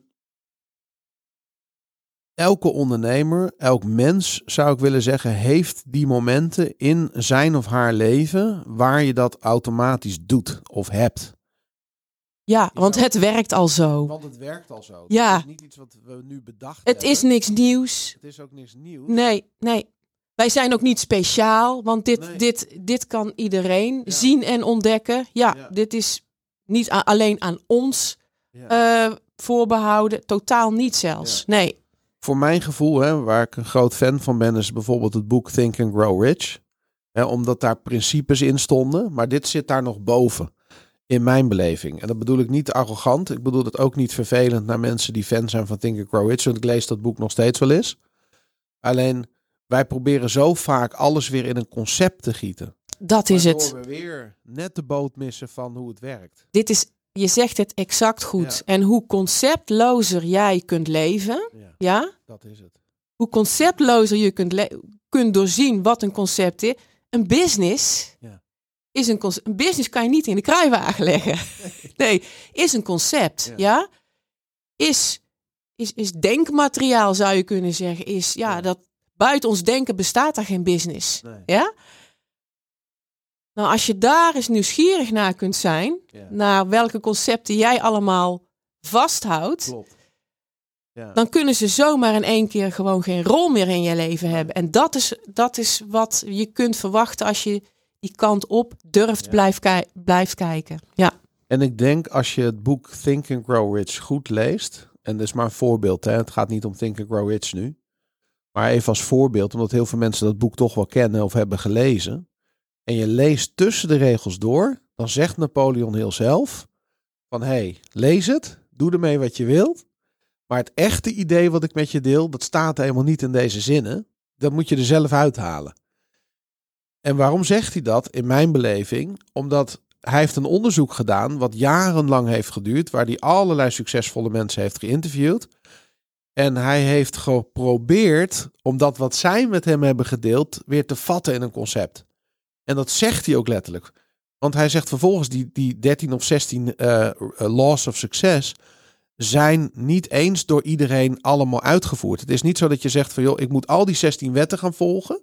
elke ondernemer, elk mens zou ik willen zeggen, heeft die momenten in zijn of haar leven waar je dat automatisch doet of hebt. Ja, want het werkt al zo. Want het werkt al zo. Ja. Het is niet iets wat we nu bedacht hebben. Het is niks nieuws. Het is ook niks nieuws. Nee. Wij zijn ook niet speciaal, want dit kan iedereen zien en ontdekken. Ja, dit is niet alleen aan ons voorbehouden. Totaal niet zelfs. Ja. Nee. voor mijn gevoel, waar ik een groot fan van ben, is bijvoorbeeld het boek Think and Grow Rich. Omdat daar principes in stonden. Maar dit zit daar nog boven. In mijn beleving. En dat bedoel ik niet arrogant. Ik bedoel het ook niet vervelend naar mensen die fan zijn van Think and Grow Rich. Want ik lees dat boek nog steeds wel eens. Alleen, wij proberen zo vaak alles weer in een concept te gieten. Dat is het. Waardoor we weer net de boot missen van hoe het werkt. Je zegt het exact goed. Ja. En hoe conceptlozer jij kunt leven. Ja? Dat is het. Hoe conceptlozer je kunt doorzien wat een concept is. Een business... Ja. Een business kan je niet in de kruiwagen leggen. Nee, is een concept. Ja? Is denkmateriaal, zou je kunnen zeggen. Dat buiten ons denken bestaat daar geen business. Nee. Ja? Nou, als je daar eens nieuwsgierig naar kunt zijn, naar welke concepten jij allemaal vasthoudt, klopt. Ja. Dan kunnen ze zomaar in één keer gewoon geen rol meer in je leven hebben. En dat is wat je kunt verwachten als je die kant op durft, blijft kijken. Ja. En ik denk als je het boek Think and Grow Rich goed leest, en dat is maar een voorbeeld, het gaat niet om Think and Grow Rich nu, maar even als voorbeeld, omdat heel veel mensen dat boek toch wel kennen of hebben gelezen, en je leest tussen de regels door, dan zegt Napoleon Hill zelf van lees het, doe ermee wat je wilt, maar het echte idee wat ik met je deel, dat staat helemaal niet in deze zinnen, dat moet je er zelf uithalen. En waarom zegt hij dat in mijn beleving? Omdat hij heeft een onderzoek gedaan wat jarenlang heeft geduurd, waar hij allerlei succesvolle mensen heeft geïnterviewd. En hij heeft geprobeerd om dat wat zij met hem hebben gedeeld weer te vatten in een concept. En dat zegt hij ook letterlijk. Want hij zegt vervolgens die 13 of 16 laws of success zijn niet eens door iedereen allemaal uitgevoerd. Het is niet zo dat je zegt van joh, ik moet al die 16 wetten gaan volgen.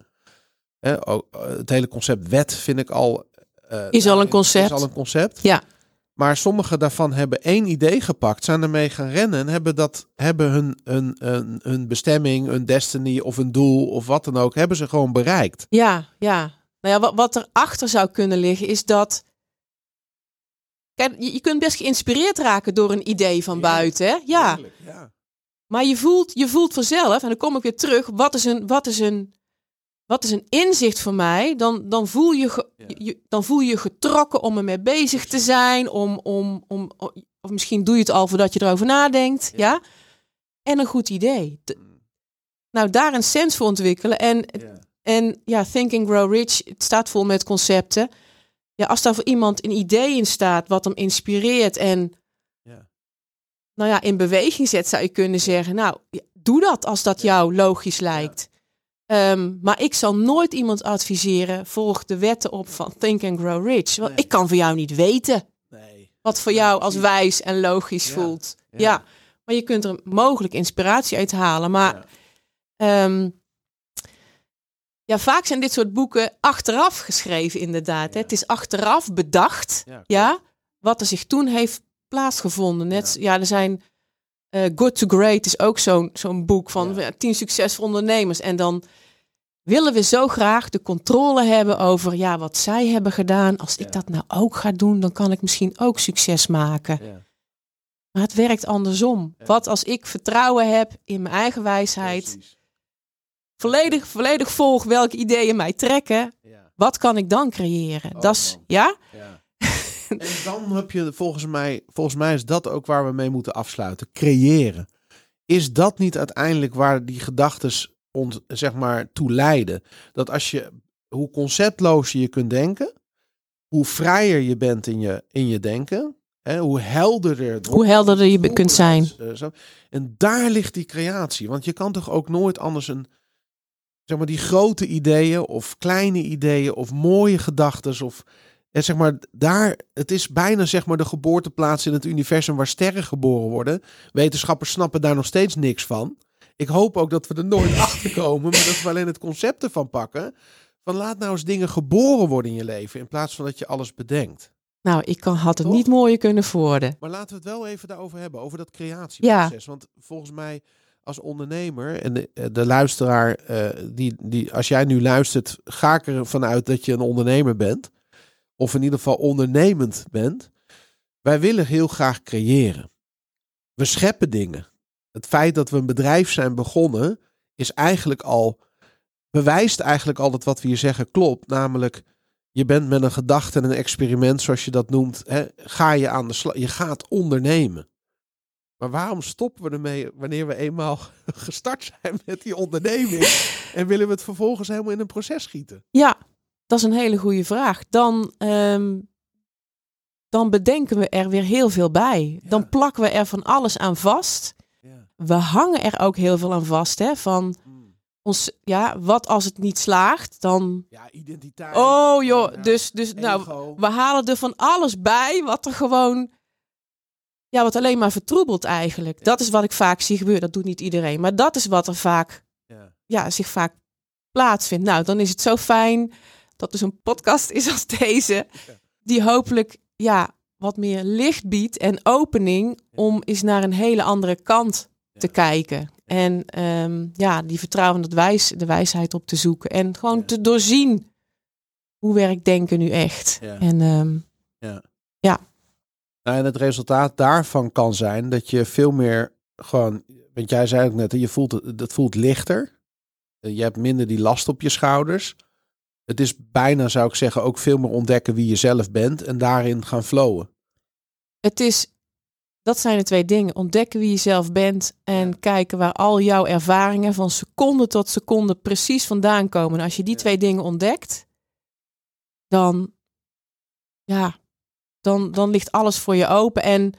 Het hele concept wet vind ik al... Is al een concept. Ja. Maar sommige daarvan hebben één idee gepakt, zijn ermee gaan rennen en hebben hun bestemming, hun destiny of een doel of wat dan ook, hebben ze gewoon bereikt. Ja. Nou ja, wat erachter zou kunnen liggen is dat... Kijk, je kunt best geïnspireerd raken door een idee van buiten. Hè? Ja. Maar je voelt vanzelf, en dan kom ik weer terug, wat is een inzicht voor mij, dan voel je getrokken om ermee bezig te zijn, of misschien doe je het al voordat je erover nadenkt, ja? En een goed idee. Nou, daar een sens voor ontwikkelen en Think and Grow Rich, het staat vol met concepten. Ja, als daar voor iemand een idee in staat wat hem inspireert en in beweging zet, zou je kunnen zeggen, nou, doe dat als dat jou logisch lijkt. Maar ik zal nooit iemand adviseren, volg de wetten op van Think and Grow Rich. Want ik kan voor jou niet weten wat voor jou als wijs en logisch voelt. Ja, maar je kunt er mogelijk inspiratie uit halen. Maar vaak zijn dit soort boeken achteraf geschreven inderdaad. Hè? Het is achteraf bedacht, wat er zich toen heeft plaatsgevonden. Er zijn... Good to Great is ook zo'n boek van 10 succesvolle ondernemers. En dan willen we zo graag de controle hebben over wat zij hebben gedaan. Als ik dat nou ook ga doen, dan kan ik misschien ook succes maken. Ja. Maar het werkt andersom. Ja. Wat als ik vertrouwen heb in mijn eigen wijsheid, volledig volg welke ideeën mij trekken, wat kan ik dan creëren? Dat is, En dan heb je volgens mij is dat ook waar we mee moeten afsluiten. Creëren. Is dat niet uiteindelijk waar die gedachtes ons, toe leiden? Dat hoe conceptloos je kunt denken, hoe vrijer je bent in je denken, hoe helderder je kunt zijn. En daar ligt die creatie. Want je kan toch ook nooit anders die grote ideeën of kleine ideeën of mooie gedachtes of... En het is bijna de geboorteplaats in het universum waar sterren geboren worden. Wetenschappers snappen daar nog steeds niks van. Ik hoop ook dat we er nooit achter komen, maar dat we alleen het concept ervan pakken. Van laat nou eens dingen geboren worden in je leven, in plaats van dat je alles bedenkt. Nou, had het niet mooier kunnen worden. Maar laten we het wel even daarover hebben, over dat creatieproces. Ja. Want volgens mij als ondernemer en de luisteraar, die als jij nu luistert, ga ik ervan uit dat je een ondernemer bent. Of in ieder geval ondernemend bent. Wij willen heel graag creëren. We scheppen dingen. het feit dat we een bedrijf zijn begonnen bewijst eigenlijk al dat wat we hier zeggen klopt. Namelijk, je bent met een gedachte en een experiment, zoals je dat noemt, ga je aan de slag. Je gaat ondernemen. Maar waarom stoppen we ermee wanneer we eenmaal gestart zijn met die onderneming en willen we het vervolgens helemaal in een proces schieten? Ja, dat is een hele goede vraag. Dan bedenken we er weer heel veel bij. Ja. Dan plakken we er van alles aan vast. Ja. We hangen er ook heel veel aan vast. Hè? Van wat als het niet slaagt? Dan... Ja, identiteit. Oh joh, dus nou, we halen er van alles bij wat er gewoon... Ja, wat alleen maar vertroebelt eigenlijk. Ja. Dat is wat ik vaak zie gebeuren. Dat doet niet iedereen. Maar dat is wat er vaak, zich vaak plaatsvindt. Nou, dan is het zo fijn dat er zo'n podcast is als deze. Ja. Die hopelijk wat meer licht biedt en opening om eens naar een hele andere kant te kijken. En die vertrouwen de wijsheid op te zoeken. En gewoon te doorzien hoe werkt denken nu echt. Ja. En Nou, en het resultaat daarvan kan zijn dat je veel meer gewoon, want jij zei ook net, het voelt lichter. Je hebt minder die last op je schouders. Het is bijna, zou ik zeggen, ook veel meer ontdekken wie je zelf bent en daarin gaan flowen. Dat zijn de twee dingen. Ontdekken wie je zelf bent en kijken waar al jouw ervaringen van seconde tot seconde precies vandaan komen. En als je die twee dingen ontdekt, dan ligt alles voor je open. En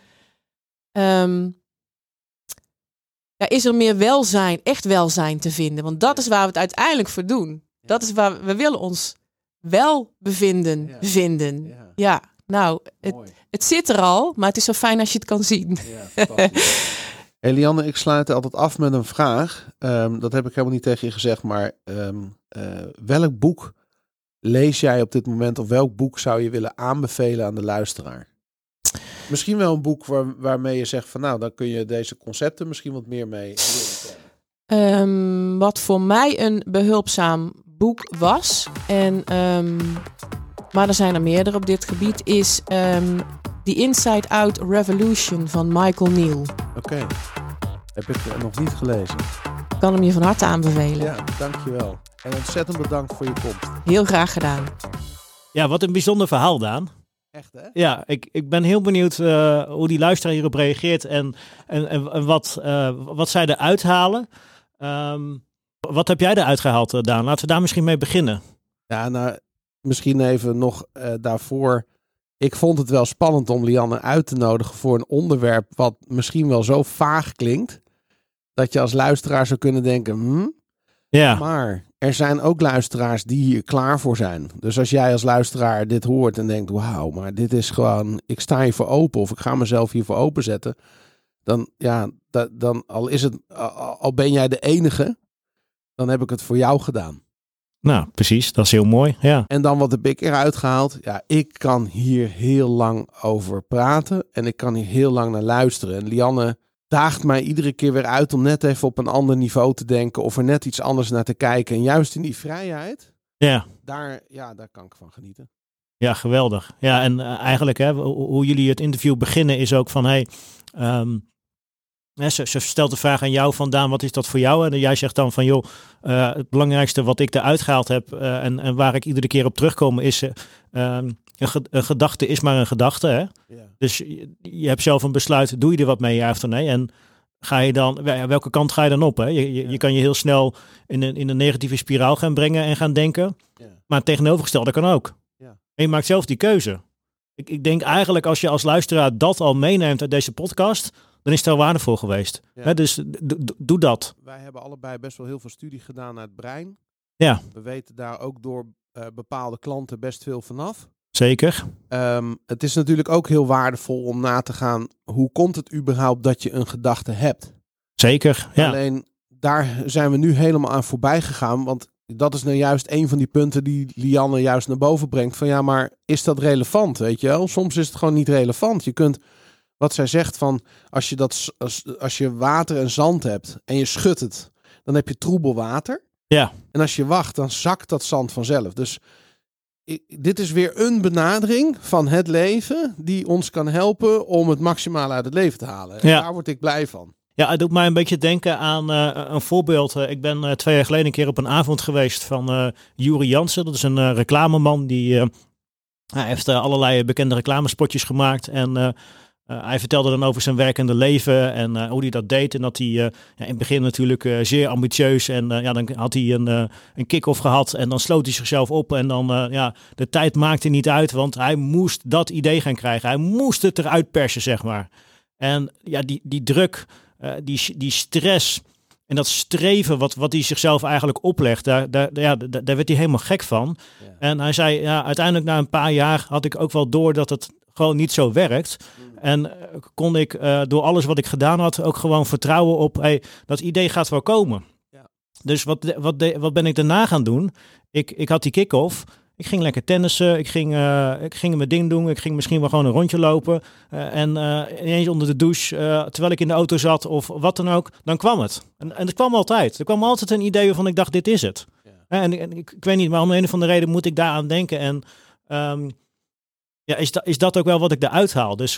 is er meer welzijn, echt welzijn te vinden. Want dat is waar we het uiteindelijk voor doen. Ja. Dat is waar we willen ons welbevinden vinden. Ja, nou, het zit er al, maar het is zo fijn als je het kan zien. Ja, fantastisch. Hey, Lianne, ik sluit altijd af met een vraag. Dat heb ik helemaal niet tegen je gezegd, maar welk boek lees jij op dit moment of welk boek zou je willen aanbevelen aan de luisteraar? Misschien wel een boek waarmee je zegt van nou, dan kun je deze concepten misschien wat meer mee leren. Wat voor mij een behulpzaam boek was, maar er zijn er meerdere op dit gebied, is The Inside Out Revolution van Michael Neill. Oké. Heb ik nog niet gelezen. Ik kan hem je van harte aanbevelen. Ja, dankjewel. En ontzettend bedankt voor je komst. Heel graag gedaan. Ja, wat een bijzonder verhaal, Daan. Echt, hè? Ja, ik ben heel benieuwd hoe die luisteraar hierop reageert en wat zij eruit halen. Wat heb jij eruit gehaald, Daan? Laten we daar misschien mee beginnen. Ja, nou, misschien even nog daarvoor. Ik vond het wel spannend om Lianne uit te nodigen voor een onderwerp wat misschien wel zo vaag klinkt, dat je als luisteraar zou kunnen denken, Ja. Maar er zijn ook luisteraars die hier klaar voor zijn. Dus als jij als luisteraar dit hoort en denkt, wauw, maar dit is gewoon, ik sta hiervoor open of ik ga mezelf hiervoor openzetten. Dan al ben jij de enige, dan heb ik het voor jou gedaan. Nou, precies. Dat is heel mooi. Ja. En dan wat heb ik eruit gehaald? Ja, ik kan hier heel lang over praten en ik kan hier heel lang naar luisteren. En Lianne daagt mij iedere keer weer uit om net even op een ander niveau te denken of er net iets anders naar te kijken. En juist in die vrijheid, daar kan ik van genieten. Ja, geweldig. Ja, en eigenlijk hoe jullie het interview beginnen is ook van, ze stelt de vraag aan jou van, Daan, wat is dat voor jou? En jij zegt dan van, joh, het belangrijkste wat ik eruit gehaald heb en waar ik iedere keer op terugkom is, een gedachte is maar een gedachte. Hè? Yeah. Dus je hebt zelf een besluit, doe je er wat mee, ja of nee? En ga je dan, welke kant ga je dan op? Hè? Je kan je heel snel in een negatieve spiraal gaan brengen en gaan denken. Yeah. Maar het tegenovergestelde kan ook. Yeah. En je maakt zelf die keuze. Ik denk eigenlijk als je als luisteraar dat al meeneemt uit deze podcast, dan is het wel waardevol geweest. Ja. Dus doe dat. Wij hebben allebei best wel heel veel studie gedaan naar het brein. Ja. We weten daar ook door bepaalde klanten best veel vanaf. Zeker. Het is natuurlijk ook heel waardevol om na te gaan, hoe komt het überhaupt dat je een gedachte hebt? Zeker, ja. Alleen daar zijn we nu helemaal aan voorbij gegaan, want dat is nou juist een van die punten die Lianne juist naar boven brengt. Van ja, maar is dat relevant, weet je wel? Soms is het gewoon niet relevant. Je kunt, wat zij zegt van, als je water en zand hebt en je schudt het, dan heb je troebel water. Ja. En als je wacht, dan zakt dat zand vanzelf. Dus dit is weer een benadering van het leven die ons kan helpen om het maximale uit het leven te halen. En daar word ik blij van. Ja, het doet mij een beetje denken aan een voorbeeld. Ik ben 2 jaar geleden een keer op een avond geweest van Juri Jansen. Dat is een reclameman die hij heeft allerlei bekende reclamespotjes gemaakt. En hij vertelde dan over zijn werkende leven en hoe hij dat deed. En dat hij in het begin natuurlijk zeer ambitieus. En dan had hij een kick-off gehad. En dan sloot hij zichzelf op. En dan, de tijd maakte niet uit. Want hij moest dat idee gaan krijgen. Hij moest het eruit persen, zeg maar. En ja, die druk, die stress en dat streven wat hij zichzelf eigenlijk oplegt. Daar werd hij helemaal gek van. Ja. En hij zei, uiteindelijk na een paar jaar had ik ook wel door dat het gewoon niet zo werkt. En kon ik door alles wat ik gedaan had ook gewoon vertrouwen op dat idee gaat wel komen. Ja. Dus wat ben ik daarna gaan doen? Ik had die kick-off. Ik ging lekker tennissen. Ik ging mijn ding doen. Ik ging misschien wel gewoon een rondje lopen. En ineens onder de douche, terwijl ik in de auto zat of wat dan ook, dan kwam het. En het kwam altijd. Er kwam altijd een idee waarvan ik dacht, dit is het. Ja. En ik weet niet, maar om een of andere reden moet ik daaraan denken. En is dat ook wel wat ik eruit haal? Dus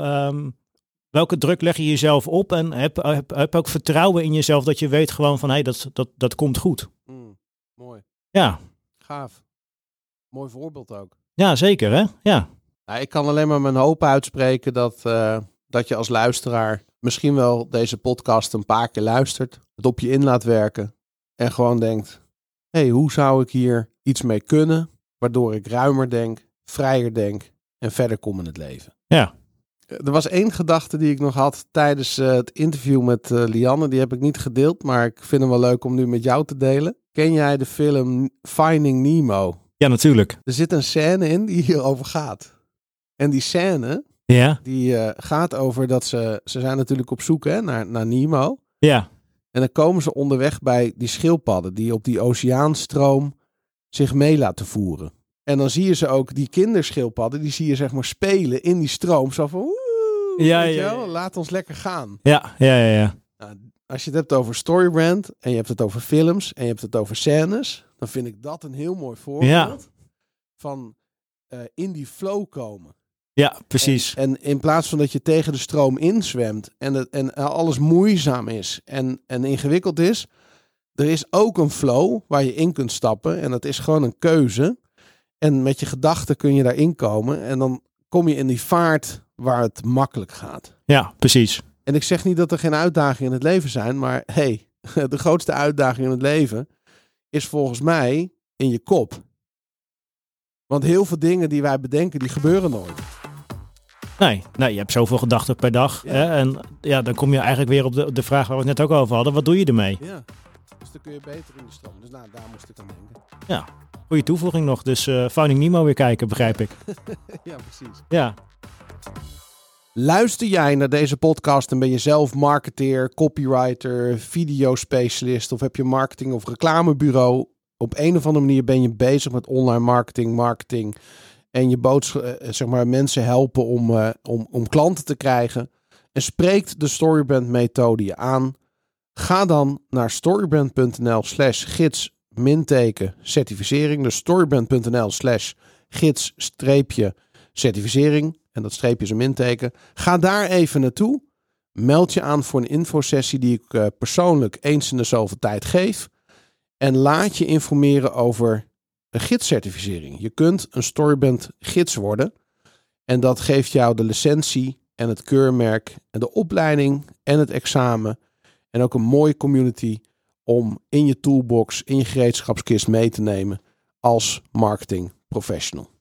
welke druk leg je jezelf op? En heb ook vertrouwen in jezelf dat je weet gewoon van, dat komt goed. Mooi. Ja. Gaaf. Mooi voorbeeld ook. Ja, zeker hè? Ja. Ik kan alleen maar mijn hoop uitspreken dat je als luisteraar misschien wel deze podcast een paar keer luistert. Het op je in laat werken. En gewoon denkt, hoe zou ik hier iets mee kunnen? Waardoor ik ruimer denk, vrijer denk en verder kom in het leven. Ja. Er was 1 gedachte die ik nog had tijdens het interview met Lianne. Die heb ik niet gedeeld, maar ik vind hem wel leuk om nu met jou te delen. Ken jij de film Finding Nemo? Ja, natuurlijk. Er zit een scène in die hierover gaat. En die scène, die gaat over dat ze zijn natuurlijk op zoek naar Nemo. Ja. En dan komen ze onderweg bij die schildpadden die op die oceaanstroom zich mee laten voeren. En dan zie je ze ook, die kinderschildpadden, die zie je zeg maar spelen in die stroom. Zo van, laat ons lekker gaan. Ja. Nou, als je het hebt over Storybrand en je hebt het over films en je hebt het over scènes, dan vind ik dat een heel mooi voorbeeld van in die flow komen. Ja, precies. En in plaats van dat je tegen de stroom inzwemt en alles moeizaam is en ingewikkeld is, er is ook een flow waar je in kunt stappen en dat is gewoon een keuze. En met je gedachten kun je daarin komen en dan kom je in die vaart waar het makkelijk gaat. Ja, precies. En ik zeg niet dat er geen uitdagingen in het leven zijn, maar de grootste uitdaging in het leven is volgens mij in je kop. Want heel veel dingen die wij bedenken, die gebeuren nooit. Nee, je hebt zoveel gedachten per dag. Ja. Hè? En dan kom je eigenlijk weer op de vraag waar we het net ook over hadden. Wat doe je ermee? Ja, dus dan kun je beter in de stroom. Dus daar moest ik aan denken. Ja, goede toevoeging nog. Dus Finding Nemo weer kijken, begrijp ik. Ja, precies. Ja. Luister jij naar deze podcast en ben je zelf marketeer, copywriter, videospecialist of heb je marketing of reclamebureau? Op een of andere manier ben je bezig met online marketing en je mensen helpen om klanten te krijgen. En spreekt de Storybrand methode je aan? Ga dan naar storybrand.nl/gids-certificering. Dus storybrand.nl/gids-certificering. En dat streepje is een minteken. Ga daar even naartoe. Meld je aan voor een infosessie die ik persoonlijk eens in de zoveel tijd geef. En laat je informeren over een gidscertificering. Je kunt een Storybrand gids worden. En dat geeft jou de licentie en het keurmerk en de opleiding en het examen. En ook een mooie community om in je toolbox, in je gereedschapskist mee te nemen als marketing professional.